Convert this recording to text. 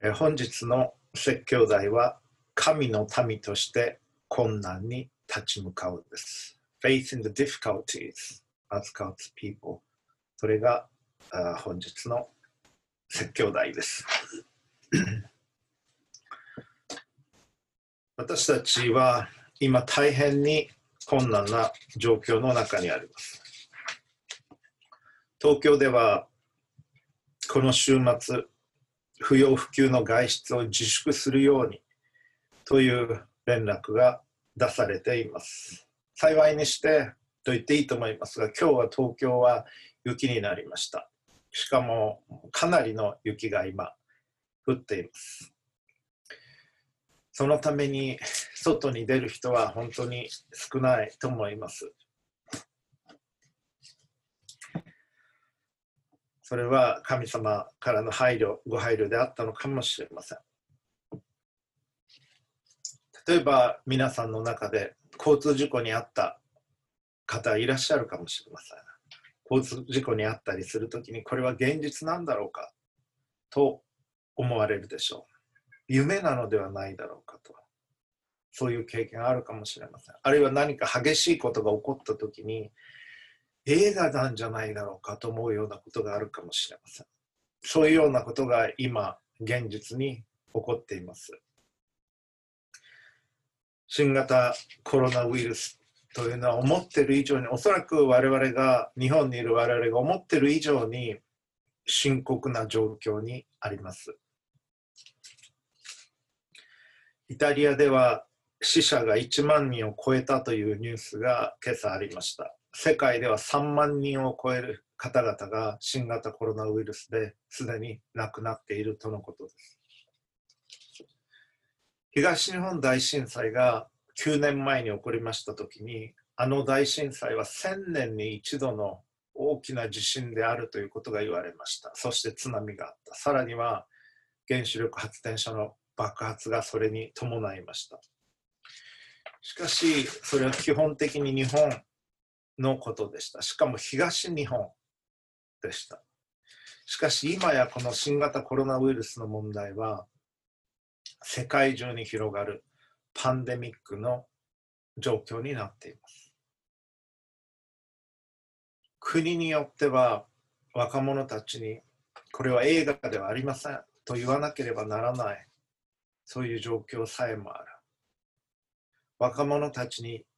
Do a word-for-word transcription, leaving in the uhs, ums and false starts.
本日の説教題は神の民として困難に立ち向かうです。Faith in the difficulties as God's people。それが本日の説教題です。私たちは今大変に困難な状況の中にあります。東京ではこの週末、不要不急の外出を自粛するようにという連絡が出されています。幸いにしてと言っていいと思いますが、今日は東京は雪になりました。しかもかなりの雪が今降っています。そのために外に出る人は本当に少ないと思います。それは神様からの配慮、ご配慮であったのかもしれません。例えば皆さんの中で交通事故に遭った方いらっしゃるかもしれません。交通事故に遭ったりするときにこれは現実なんだろうかと思われるでしょう。夢なのではないだろうかと。そういう経験があるかもしれません。あるいは何か激しいことが起こったときに映画なんじゃないだろうかと思うようなことがあるかもしれません。そういうようなことが今現実に起こっています。新型コロナウイルスというのは思っている以上に、おそらく我々が日本にいる我々が思っている以上に深刻な状況にあります。イタリアでは死者がいちまんにんを超えたというニュースが今朝ありました。世界ではさんまんにんを超える方々が新型コロナウイルスですでに亡くなっているとのことです。東日本大震災がきゅうねんまえに起こりましたときに、あの大震災はせんねんに一度の大きな地震であるということが言われました。そして津波があった。さらには原子力発電所の爆発がそれに伴いました。しかし、それは基本的に日本のことでした。しかも東日本でした。しかし今やこの新型コロナウイルスの問題は世界中に広がるパンデミックの状況になっています。国によっては若者たちにこれは映画ではありませんと言わなければならない、そういう状況さえもある。若者たちに